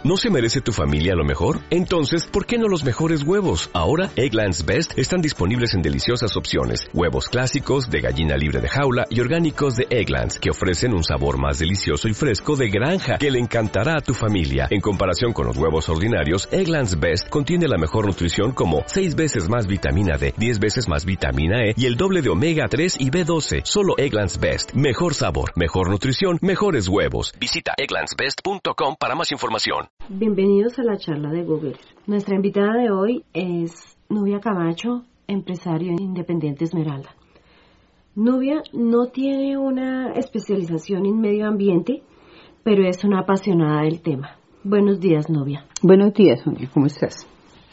¿No se merece tu familia lo mejor? Entonces, ¿por qué no los mejores huevos? Ahora, Eggland's Best están disponibles en deliciosas opciones. Huevos clásicos, de gallina libre de jaula y orgánicos de Eggland's, que ofrecen un sabor más delicioso y fresco de granja que le encantará a tu familia. En comparación con los huevos ordinarios, Eggland's Best contiene la mejor nutrición como 6 veces más vitamina D, 10 veces más vitamina E y el doble de omega 3 y B12. Solo Eggland's Best. Mejor sabor, mejor nutrición, mejores huevos. Visita egglandsbest.com para más información. Bienvenidos a la charla de Google. Nuestra invitada de hoy es Nubia Camacho, empresario independiente Esmeralda. Nubia no tiene una especialización en medio ambiente, pero es una apasionada del tema. Buenos días, Nubia. Buenos días, Sonia. ¿Cómo estás?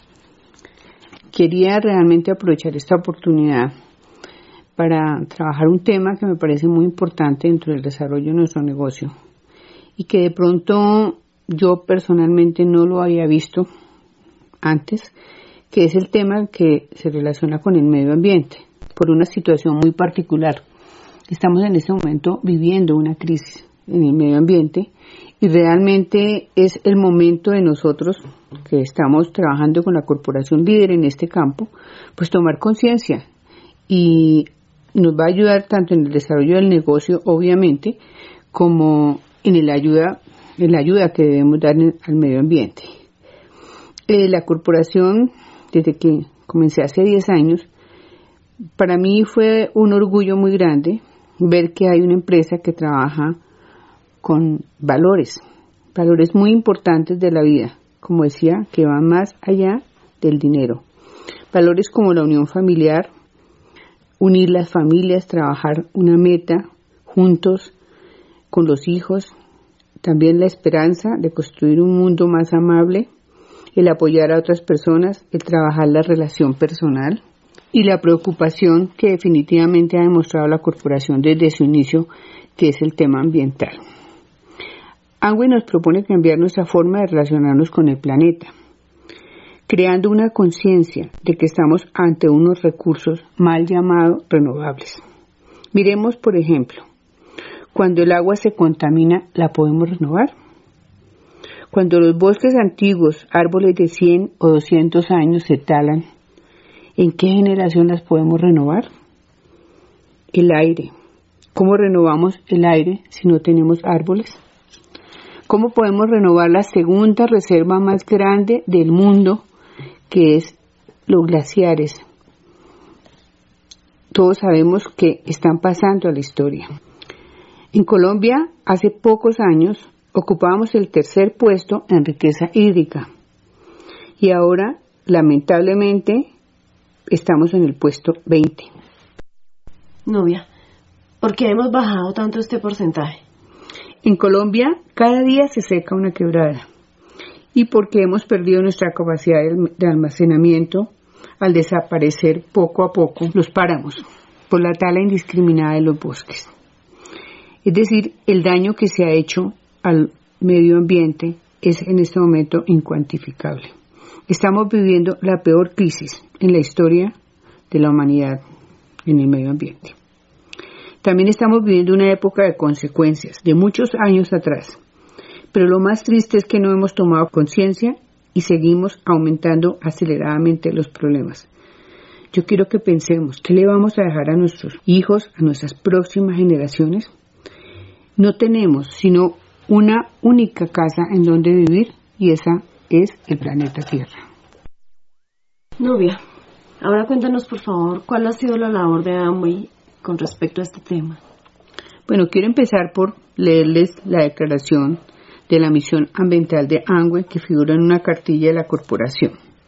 Quería realmente aprovechar esta oportunidad para trabajar un tema que me parece muy importante dentro del desarrollo de nuestro negocio y que de pronto yo personalmente no lo había visto antes, que es el tema que se relaciona con el medio ambiente, por una situación muy particular. Estamos en este momento viviendo una crisis en el medio ambiente y realmente es el momento de nosotros, que estamos trabajando con la corporación líder en este campo, pues tomar conciencia y nos va a ayudar tanto en el desarrollo del negocio, obviamente, como en la ayuda que debemos dar al medio ambiente. La corporación, desde que comencé hace 10 años, para mí fue un orgullo muy grande ver que hay una empresa que trabaja con valores muy importantes de la vida, como decía, que van más allá del dinero. Valores como la unión familiar, unir las familias, trabajar una meta juntos con los hijos, también la esperanza de construir un mundo más amable, el apoyar a otras personas, el trabajar la relación personal y la preocupación que definitivamente ha demostrado la corporación desde su inicio, que es el tema ambiental. Amway nos propone cambiar nuestra forma de relacionarnos con el planeta, creando una conciencia de que estamos ante unos recursos mal llamados renovables. Miremos, por ejemplo, cuando el agua se contamina, ¿la podemos renovar? Cuando los bosques antiguos, árboles de 100 o 200 años se talan, ¿en qué generación las podemos renovar? El aire. ¿Cómo renovamos el aire si no tenemos árboles? ¿Cómo podemos renovar la segunda reserva más grande del mundo, que es los glaciares? Todos sabemos que están pasando a la historia. En Colombia, hace pocos años, ocupábamos el 3er puesto en riqueza hídrica y ahora, lamentablemente, estamos en el puesto 20. Nubia, ¿por qué hemos bajado tanto este porcentaje? En Colombia, cada día se seca una quebrada y porque hemos perdido nuestra capacidad de almacenamiento al desaparecer poco a poco los páramos por la tala indiscriminada de los bosques. Es decir, el daño que se ha hecho al medio ambiente es en este momento incuantificable. Estamos viviendo la peor crisis en la historia de la humanidad en el medio ambiente. También estamos viviendo una época de consecuencias de muchos años atrás, pero lo más triste es que no hemos tomado conciencia y seguimos aumentando aceleradamente los problemas. Yo quiero que pensemos, ¿qué le vamos a dejar a nuestros hijos, a nuestras próximas generaciones? No tenemos sino una única casa en donde vivir y esa es el planeta Tierra. Nubia, ahora cuéntanos por favor cuál ha sido la labor de Amway con respecto a este tema. Bueno, quiero empezar por leerles la declaración de la misión ambiental de Amway que figura en una cartilla de la corporación.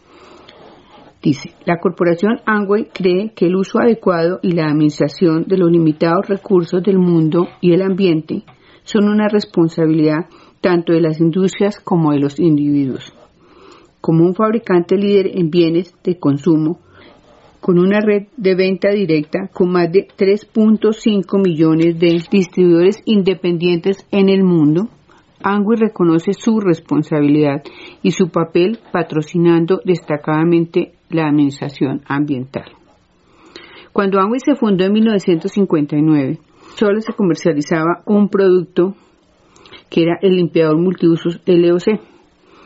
Dice, la corporación Amway cree que el uso adecuado y la administración de los limitados recursos del mundo y el ambiente son una responsabilidad tanto de las industrias como de los individuos. Como un fabricante líder en bienes de consumo, con una red de venta directa con más de 3.5 millones de distribuidores independientes en el mundo, Amway reconoce su responsabilidad y su papel patrocinando destacadamente la administración ambiental. Cuando Amway se fundó en 1959, solo se comercializaba un producto que era el limpiador multiusos LOC.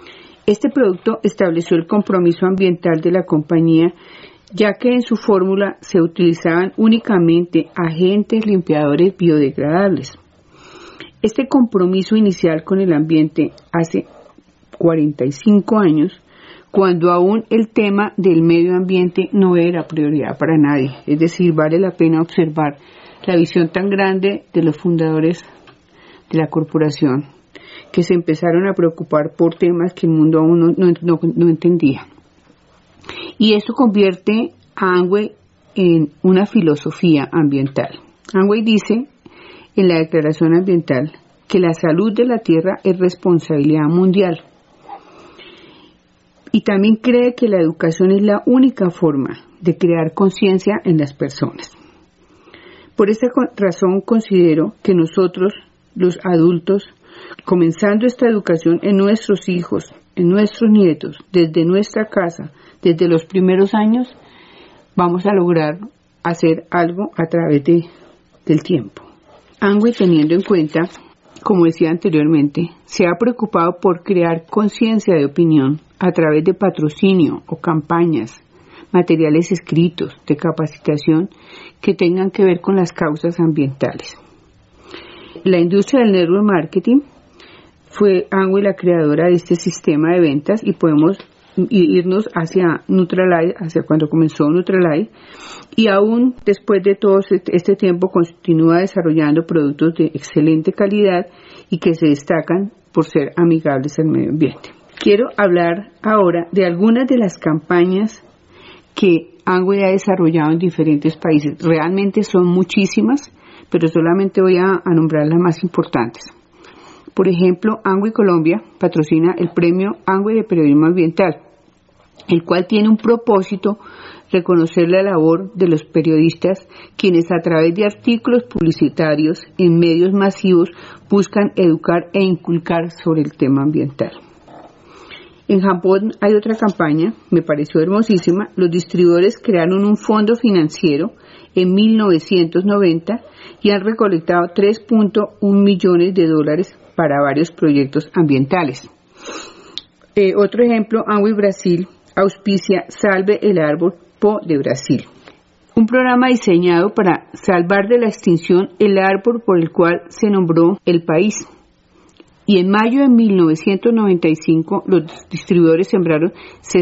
Este producto estableció el compromiso ambiental de la compañía, ya que en su fórmula se utilizaban únicamente agentes limpiadores biodegradables. Este compromiso inicial con el ambiente hace 45 años, cuando aún el tema del medio ambiente no era prioridad para nadie. Es decir, vale la pena observar la visión tan grande de los fundadores de la corporación, que se empezaron a preocupar por temas que el mundo aún no entendía. Y eso convierte a Amway en una filosofía ambiental. Amway dice en la Declaración Ambiental que la salud de la tierra es responsabilidad mundial. Y también cree que la educación es la única forma de crear conciencia en las personas. Por esta razón considero que nosotros, los adultos, comenzando esta educación en nuestros hijos, en nuestros nietos, desde nuestra casa, desde los primeros años, vamos a lograr hacer algo a través del tiempo. Amway, teniendo en cuenta, como decía anteriormente, se ha preocupado por crear conciencia de opinión a través de patrocinio o campañas, materiales escritos de capacitación que tengan que ver con las causas ambientales. La industria del network marketing fue Amway la creadora de este sistema de ventas y podemos irnos hacia Nutrilite, hacia cuando comenzó Nutrilite, y aún después de todo este tiempo continúa desarrollando productos de excelente calidad y que se destacan por ser amigables al medio ambiente. Quiero hablar ahora de algunas de las campañas que Amway ha desarrollado en diferentes países. Realmente son muchísimas, pero solamente voy a nombrar las más importantes. Por ejemplo, Amway Colombia patrocina el premio Amway de Periodismo Ambiental, el cual tiene un propósito: reconocer la labor de los periodistas, quienes a través de artículos publicitarios en medios masivos buscan educar e inculcar sobre el tema ambiental. En Japón hay otra campaña, me pareció hermosísima. Los distribuidores crearon un fondo financiero en 1990 y han recolectado $3.1 millones para varios proyectos ambientales. Otro ejemplo, Amway Brasil auspicia Salve el Árbol Po de Brasil, un programa diseñado para salvar de la extinción el árbol por el cual se nombró el país. Y en mayo de 1995 los distribuidores sembraron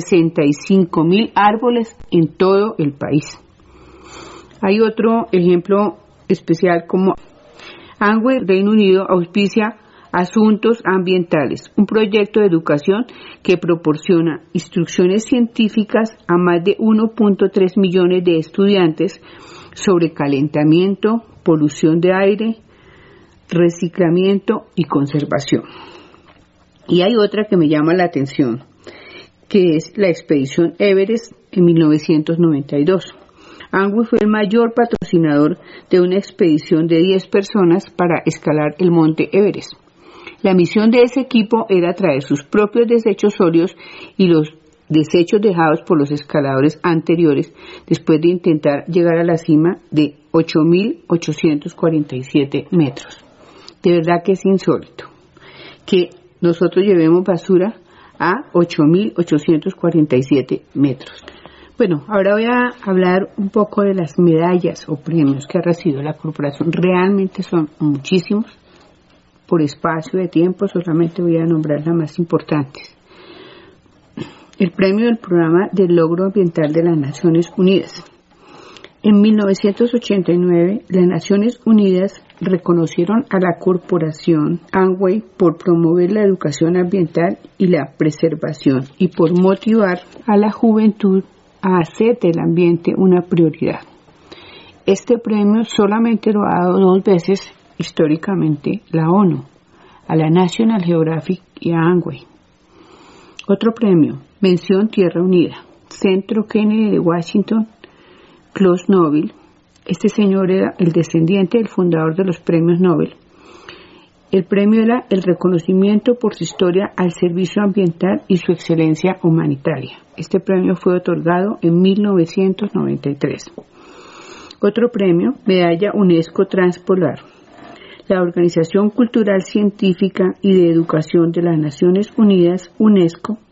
65,000 árboles en todo el país. Hay otro ejemplo especial como Amway Reino Unido auspicia Asuntos Ambientales, un proyecto de educación que proporciona instrucciones científicas a más de 1.3 millones de estudiantes sobre calentamiento, polución de aire, reciclamiento y conservación. Y hay otra que me llama la atención, que es la expedición Everest en 1992. Amway fue el mayor patrocinador de una expedición de 10 personas para escalar el monte Everest. La misión de ese equipo era traer sus propios desechos sólidos y los desechos dejados por los escaladores anteriores después de intentar llegar a la cima de 8.847 metros. De verdad que es insólito que nosotros llevemos basura a 8.847 metros. Bueno, ahora voy a hablar un poco de las medallas o premios que ha recibido la corporación. Realmente son muchísimos. Por espacio de tiempo solamente voy a nombrar las más importantes. El premio del Programa del Logro Ambiental de las Naciones Unidas. En 1989, las Naciones Unidas reconocieron a la corporación Amway por promover la educación ambiental y la preservación y por motivar a la juventud a hacer del ambiente una prioridad. Este premio solamente lo ha dado 2 veces históricamente la ONU, a la National Geographic y a Amway. Otro premio, mención Tierra Unida, Centro Kennedy de Washington, Klaus Nobel. Este señor era el descendiente del fundador de los premios Nobel. El premio era el reconocimiento por su historia al servicio ambiental y su excelencia humanitaria. Este premio fue otorgado en 1993. Otro premio, medalla UNESCO Transpolar. La Organización Cultural Científica y de Educación de las Naciones Unidas, UNESCO,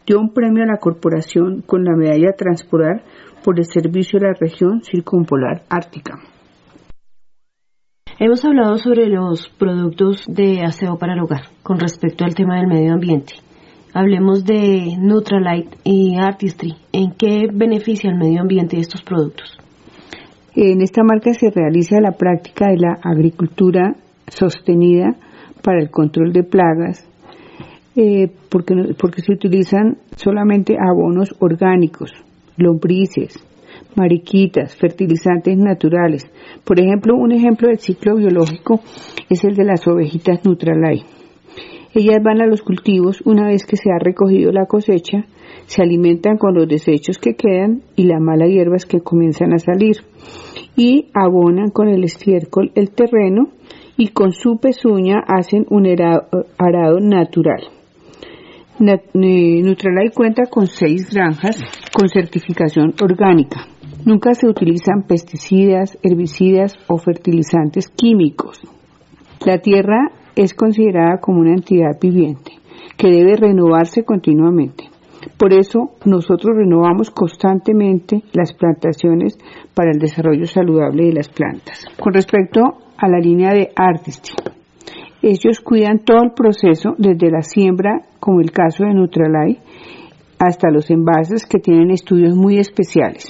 dio un premio a la corporación con la medalla Transporar por el servicio a la región circumpolar ártica. Hemos hablado sobre los productos de aseo para el hogar con respecto al tema del medio ambiente. Hablemos de Nutrilite y Artistry. ¿En qué beneficia el medio ambiente estos productos? En esta marca se realiza la práctica de la agricultura sostenida para el control de plagas, porque se utilizan solamente abonos orgánicos, lombrices, mariquitas, fertilizantes naturales. Por ejemplo, un ejemplo del ciclo biológico es el de las ovejitas Nutrilite. Ellas van a los cultivos una vez que se ha recogido la cosecha, se alimentan con los desechos que quedan y las malas hierbas que comienzan a salir, y abonan con el estiércol el terreno y con su pezuña hacen un arado natural. Nutrilite cuenta con 6 granjas con certificación orgánica. Nunca se utilizan pesticidas, herbicidas o fertilizantes químicos. La tierra es considerada como una entidad viviente que debe renovarse continuamente. Por eso nosotros renovamos constantemente las plantaciones para el desarrollo saludable de las plantas. Con respecto a la línea de Artistry, ellos cuidan todo el proceso desde la siembra, como el caso de Nutrilite, hasta los envases que tienen estudios muy especiales.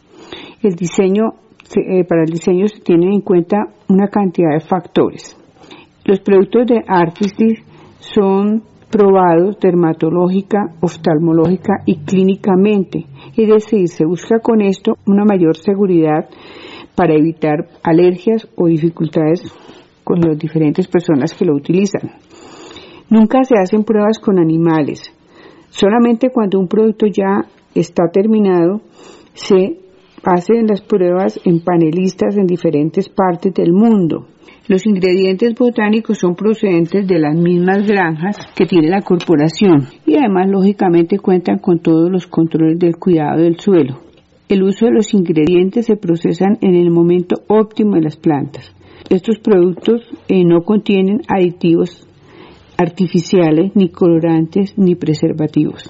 Para el diseño se tienen en cuenta una cantidad de factores. Los productos de Artistry son probados dermatológica, oftalmológica y clínicamente, es decir, se busca con esto una mayor seguridad para evitar alergias o dificultades con las diferentes personas que lo utilizan. Nunca se hacen pruebas con animales, solamente cuando un producto ya está terminado se hacen las pruebas en panelistas en diferentes partes del mundo. Los ingredientes botánicos son procedentes de las mismas granjas que tiene la corporación y además lógicamente cuentan con todos los controles del cuidado del suelo. El uso de los ingredientes se procesan en el momento óptimo de las plantas. Estos productos no contienen aditivos artificiales, ni colorantes, ni preservativos.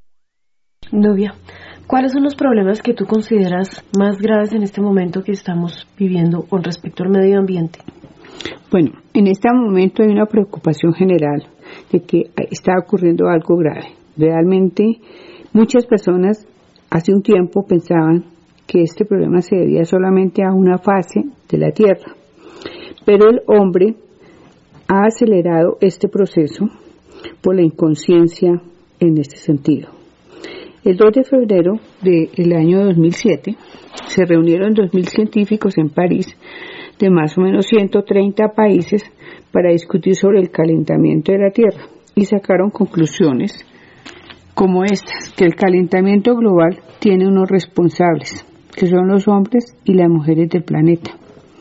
Nubia, ¿cuáles son los problemas que tú consideras más graves en este momento que estamos viviendo con respecto al medio ambiente? Bueno, en este momento hay una preocupación general de que está ocurriendo algo grave. Realmente muchas personas hace un tiempo pensaban que este problema se debía solamente a una fase de la Tierra, pero el hombre ha acelerado este proceso por la inconsciencia en este sentido. El 2 de febrero del año 2007 se reunieron 2.000 científicos en París de más o menos 130 países para discutir sobre el calentamiento de la Tierra y sacaron conclusiones como estas, que el calentamiento global tiene unos responsables, que son los hombres y las mujeres del planeta.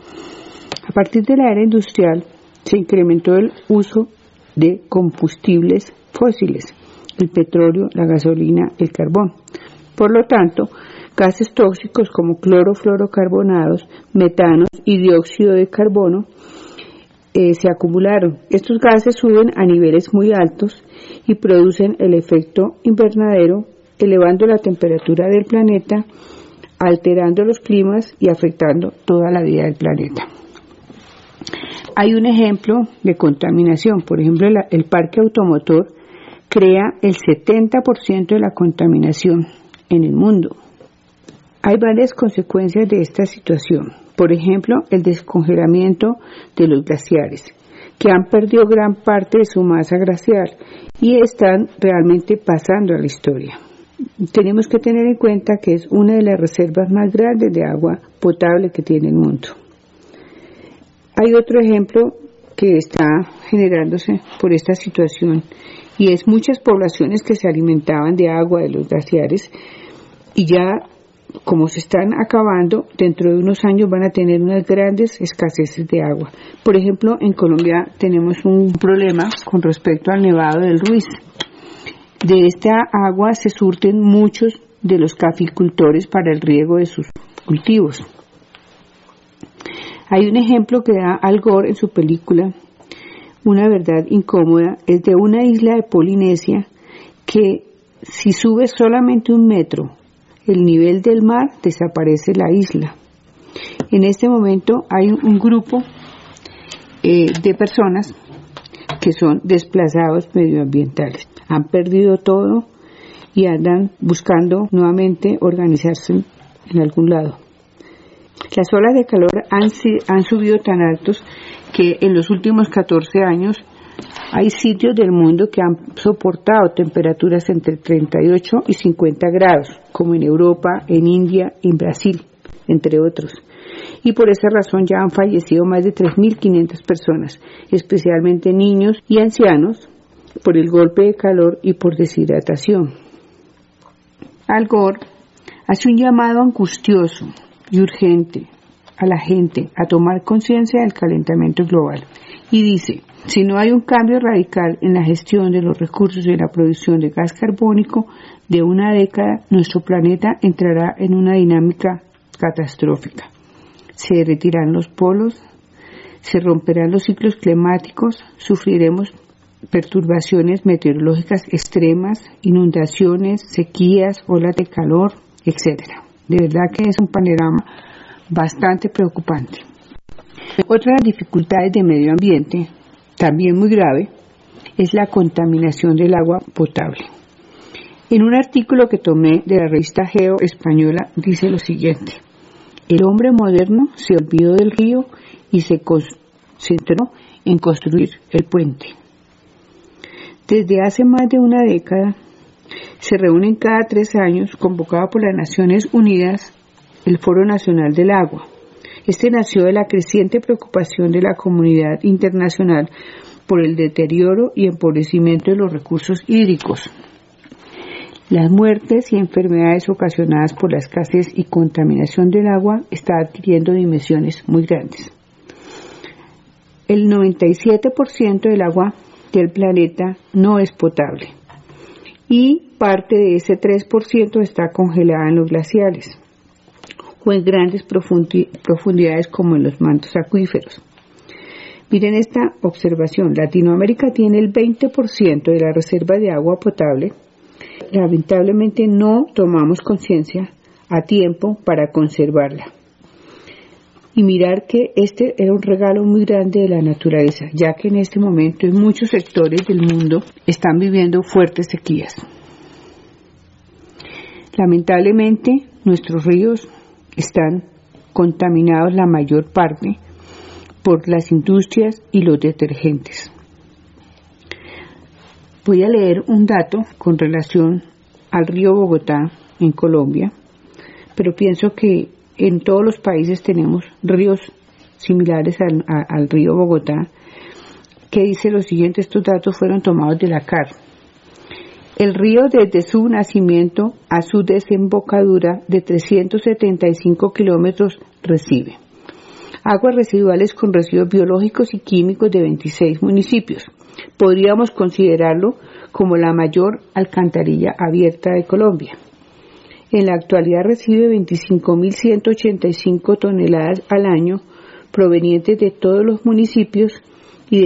A partir de la era industrial se incrementó el uso de combustibles fósiles, el petróleo, la gasolina, el carbón. Por lo tanto, gases tóxicos como clorofluorocarbonados, metanos y dióxido de carbono se acumularon. Estos gases suben a niveles muy altos y producen el efecto invernadero, elevando la temperatura del planeta, alterando los climas y afectando toda la vida del planeta. Hay un ejemplo de contaminación. Por ejemplo, el parque automotor crea el 70% de la contaminación en el mundo. Hay varias consecuencias de esta situación. Por ejemplo, el descongelamiento de los glaciares, que han perdido gran parte de su masa glacial y están realmente pasando a la historia. Tenemos que tener en cuenta que es una de las reservas más grandes de agua potable que tiene el mundo. Hay otro ejemplo que está generándose por esta situación y es muchas poblaciones que se alimentaban de agua de los glaciares y ya como se están acabando, dentro de unos años van a tener unas grandes escaseces de agua. Por ejemplo, en Colombia tenemos un problema con respecto al Nevado del Ruiz. De esta agua se surten muchos de los caficultores para el riego de sus cultivos. Hay un ejemplo que da Al Gore en su película, Una verdad incómoda, es de una isla de Polinesia que si sube solamente 1 metro el nivel del mar, desaparece la isla. En este momento hay un grupo de personas que son desplazados medioambientales. Han perdido todo y andan buscando nuevamente organizarse en algún lado. Las olas de calor han subido tan altos que en los últimos 14 años hay sitios del mundo que han soportado temperaturas entre 38 y 50 grados, como en Europa, en India, en Brasil, entre otros. Y por esa razón ya han fallecido más de 3.500 personas, especialmente niños y ancianos, por el golpe de calor y por deshidratación. Al Gore hace un llamado angustioso y urgente a la gente a tomar conciencia del calentamiento global y dice: si no hay un cambio radical en la gestión de los recursos y en la producción de gas carbónico, de una década nuestro planeta entrará en una dinámica catastrófica. Se derretirán los polos, se romperán los ciclos climáticos, sufriremos perturbaciones meteorológicas extremas, inundaciones, sequías, olas de calor, etc. De verdad que es un panorama bastante preocupante. Otra de las dificultades de medio ambiente, también muy grave, es la contaminación del agua potable. En un artículo que tomé de la revista Geo española dice lo siguiente: el hombre moderno se olvidó del río y se concentró en construir el puente. Desde hace más de una década se reúnen cada 3 años, convocado por las Naciones Unidas, el Foro Nacional del Agua. Este nació de la creciente preocupación de la comunidad internacional por el deterioro y empobrecimiento de los recursos hídricos. Las muertes y enfermedades ocasionadas por la escasez y contaminación del agua están adquiriendo dimensiones muy grandes. El 97% del agua del planeta no es potable y parte de ese 3% está congelada en los glaciares o en grandes profundidades como en los mantos acuíferos. Miren esta observación: Latinoamérica tiene el 20% de la reserva de agua potable. Lamentablemente no tomamos conciencia a tiempo para conservarla. Y mirar que este era un regalo muy grande de la naturaleza, ya que en este momento en muchos sectores del mundo están viviendo fuertes sequías. Lamentablemente nuestros ríos están contaminados la mayor parte por las industrias y los detergentes. Voy a leer un dato con relación al río Bogotá en Colombia, pero pienso que en todos los países tenemos ríos similares al río Bogotá, que dice lo siguiente: estos datos fueron tomados de la CAR. El río, desde su nacimiento a su desembocadura de 375 kilómetros, recibe aguas residuales con residuos biológicos y químicos de 26 municipios. Podríamos considerarlo como la mayor alcantarilla abierta de Colombia. En la actualidad recibe 25.185 toneladas al año provenientes de todos los municipios y de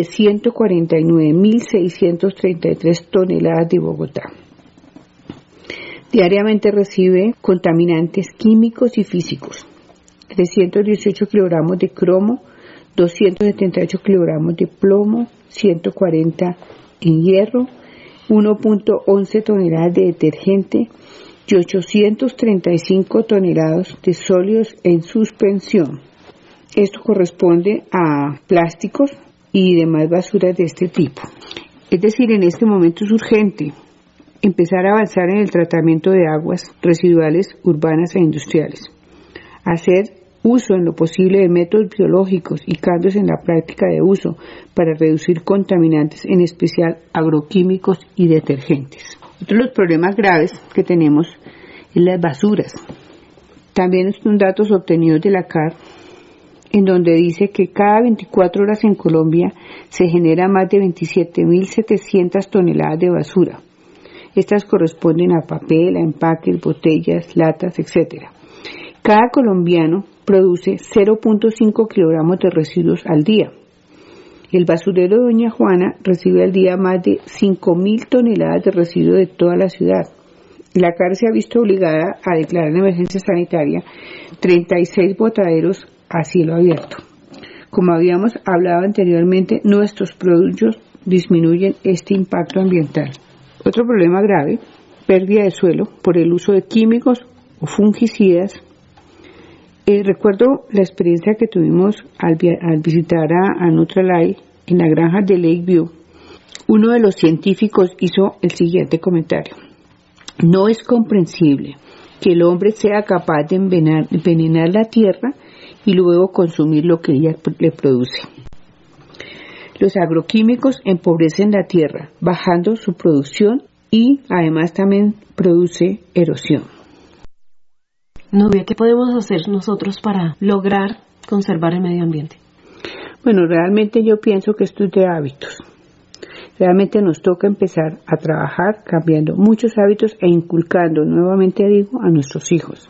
149.633 toneladas de Bogotá. Diariamente recibe contaminantes químicos y físicos: 318 kilogramos de cromo, 278 kilogramos de plomo, 140 en hierro, 1.11 toneladas de detergente y 835 toneladas de sólidos en suspensión. Esto corresponde a plásticos y demás basuras de este tipo. Es decir, en este momento es urgente empezar a avanzar en el tratamiento de aguas residuales urbanas e industriales, hacer uso en lo posible de métodos biológicos y cambios en la práctica de uso para reducir contaminantes, en especial agroquímicos y detergentes. Otro de los problemas graves que tenemos es las basuras. También son datos obtenidos de la CAR, en donde dice que cada 24 horas en Colombia se genera más de 27.700 toneladas de basura. Estas corresponden a papel, a empaques, botellas, latas, etc. Cada colombiano produce 0.5 kilogramos de residuos al día. El basurero de Doña Juana recibe al día más de 5.000 toneladas de residuos de toda la ciudad. La CAR se ha visto obligada a declarar en emergencia sanitaria 36 botaderos a cielo abierto. Como habíamos hablado anteriormente, nuestros productos disminuyen este impacto ambiental. Otro problema grave, pérdida de suelo por el uso de químicos o fungicidas. Recuerdo la experiencia que tuvimos al visitar a Nutrilite en la granja de Lakeview. Uno de los científicos hizo el siguiente comentario: no es comprensible que el hombre sea capaz de envenenar la tierra y luego consumir lo que ella le produce. Los agroquímicos empobrecen la tierra, bajando su producción y además también produce erosión. Nubia, ¿qué podemos hacer nosotros para lograr conservar el medio ambiente? Bueno, realmente yo pienso que esto es de hábitos. Realmente nos toca empezar a trabajar cambiando muchos hábitos e inculcando, nuevamente digo, a nuestros hijos.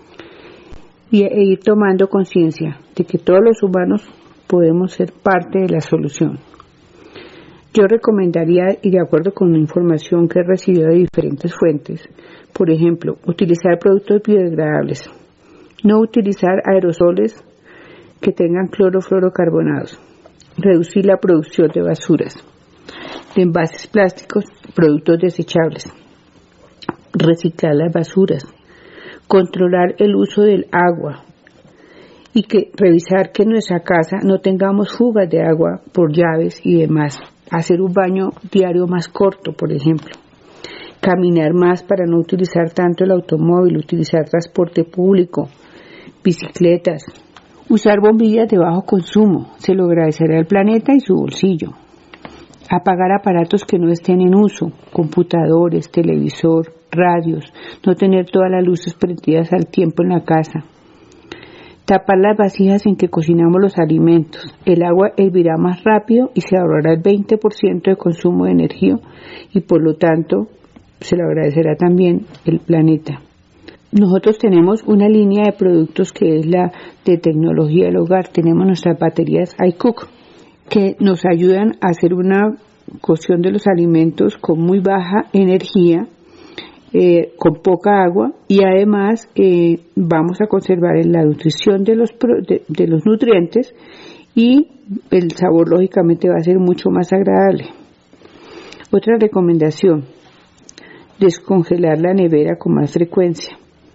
E ir tomando conciencia de que todos los humanos podemos ser parte de la solución. Yo recomendaría, y de acuerdo con la información que he recibido de diferentes fuentes, por ejemplo, utilizar productos biodegradables, no utilizar aerosoles que tengan clorofluorocarbonados, reducir la producción de basuras, de envases plásticos, productos desechables, reciclar las basuras, controlar el uso del agua y revisar que en nuestra casa no tengamos fugas de agua por llaves y demás. Hacer un baño diario más corto, por ejemplo. Caminar más para no utilizar tanto el automóvil, utilizar transporte público, bicicletas. Usar bombillas de bajo consumo, se lo agradecerá al planeta y su bolsillo. Apagar aparatos que no estén en uso, computadores, televisor, radios, no tener todas las luces prendidas al tiempo en la casa. Tapar las vasijas en que cocinamos los alimentos. El agua hervirá más rápido y se ahorrará el 20% de consumo de energía y por lo tanto se lo agradecerá también el planeta. Nosotros tenemos una línea de productos que es la de tecnología del hogar. Tenemos nuestras baterías iCook que nos ayudan a hacer una cocción de los alimentos con muy baja energía, con poca agua y además vamos a conservar la nutrición de los nutrientes y el sabor lógicamente va a ser mucho más agradable. Otra recomendación: descongelar la nevera con más frecuencia,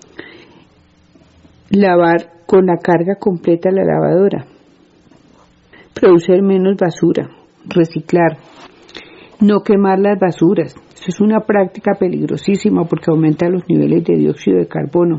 lavar con la carga completa la lavadora, producir menos basura, reciclar, no quemar las basuras. Eso es una práctica peligrosísima porque aumenta los niveles de dióxido de carbono.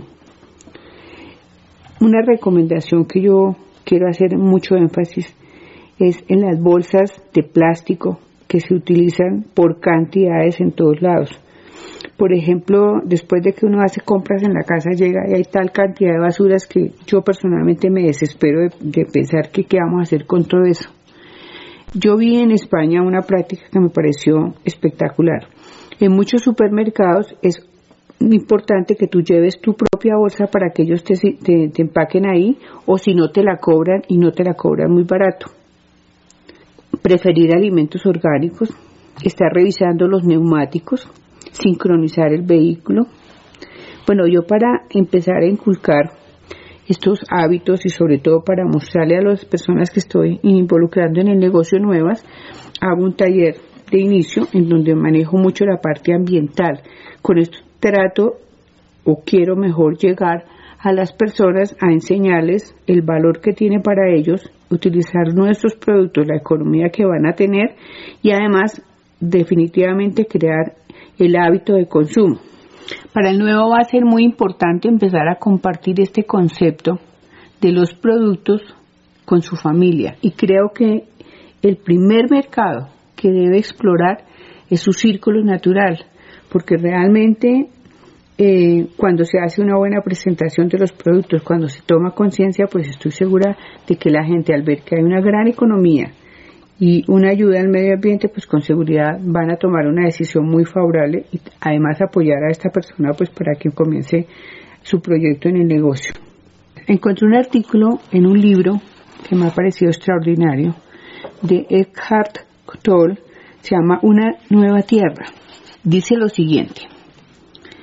Una recomendación que yo quiero hacer mucho énfasis es en las bolsas de plástico que se utilizan por cantidades en todos lados. Por ejemplo, después de que uno hace compras en la casa, llega y hay tal cantidad de basuras que yo personalmente me desespero de pensar que qué vamos a hacer con todo eso. Yo vi en España una práctica que me pareció espectacular. En muchos supermercados es importante que tú lleves tu propia bolsa para que ellos te empaquen ahí, o si no te la cobran y no te la cobran muy barato. Preferir alimentos orgánicos, estar revisando los neumáticos, sincronizar el vehículo. Bueno, yo para empezar a inculcar estos hábitos y sobre todo para mostrarle a las personas que estoy involucrando en el negocio nuevas, hago un taller de inicio en donde manejo mucho la parte ambiental. Con esto trato o quiero mejor llegar a las personas a enseñarles el valor que tiene para ellos utilizar nuestros productos, la economía que van a tener y además definitivamente crear el hábito de consumo. Para el nuevo va a ser muy importante empezar a compartir este concepto de los productos con su familia y creo que el primer mercado que debe explorar es su círculo natural, porque realmente cuando se hace una buena presentación de los productos, cuando se toma conciencia, pues estoy segura de que la gente, al ver que hay una gran economía y una ayuda al medio ambiente, pues con seguridad van a tomar una decisión muy favorable y además apoyar a esta persona pues para que comience su proyecto en el negocio. Encontré un artículo en un libro que me ha parecido extraordinario de Eckhart Tolle, se llama Una nueva tierra. Dice lo siguiente: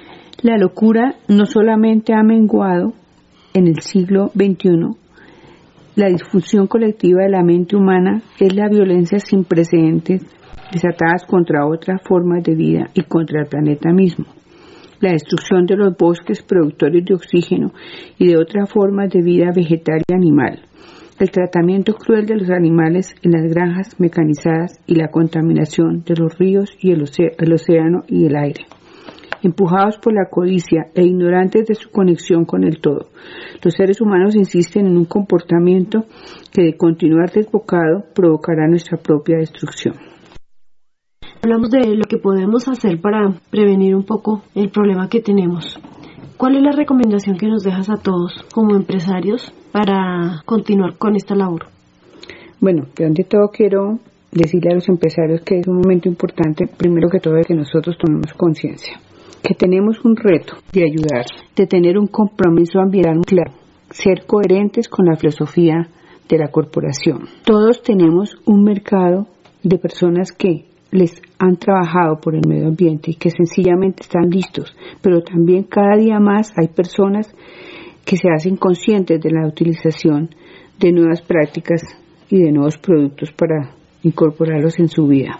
La locura no solamente ha menguado en el siglo XXI, la disfunción colectiva de la mente humana es la violencia sin precedentes desatadas contra otras formas de vida y contra el planeta mismo. La destrucción de los bosques productores de oxígeno y de otras formas de vida vegetal y animal. El tratamiento cruel de los animales en las granjas mecanizadas y la contaminación de los ríos y el océano y el aire. Empujados por la codicia e ignorantes de su conexión con el todo, los seres humanos insisten en un comportamiento que de continuar desbocado provocará nuestra propia destrucción. Hablamos de lo que podemos hacer para prevenir un poco el problema que tenemos. ¿Cuál es la recomendación que nos dejas a todos como empresarios para continuar con esta labor? Bueno, de ante todo quiero decirle a los empresarios que es un momento importante, primero que todo, de que nosotros tomemos conciencia, que tenemos un reto de ayudar, de tener un compromiso ambiental claro, ser coherentes con la filosofía de la corporación. Todos tenemos un mercado de personas que les han trabajado por el medio ambiente y que sencillamente están listos, pero también cada día más hay personas que se hacen conscientes de la utilización de nuevas prácticas y de nuevos productos para incorporarlos en su vida.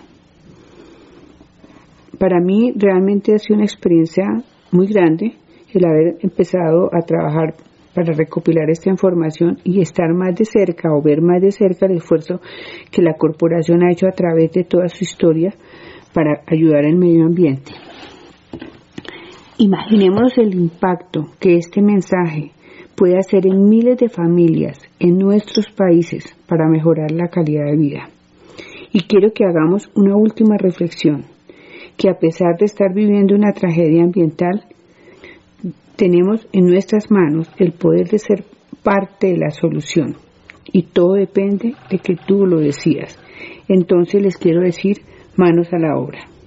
Para mí realmente ha sido una experiencia muy grande el haber empezado a trabajar para recopilar esta información y estar más de cerca o ver más de cerca el esfuerzo que la corporación ha hecho a través de toda su historia para ayudar al medio ambiente. Imaginémonos el impacto que este mensaje puede hacer en miles de familias en nuestros países para mejorar la calidad de vida. Y quiero que hagamos una última reflexión, que a pesar de estar viviendo una tragedia ambiental, tenemos en nuestras manos el poder de ser parte de la solución y todo depende de que tú lo decidas. Entonces les quiero decir, manos a la obra.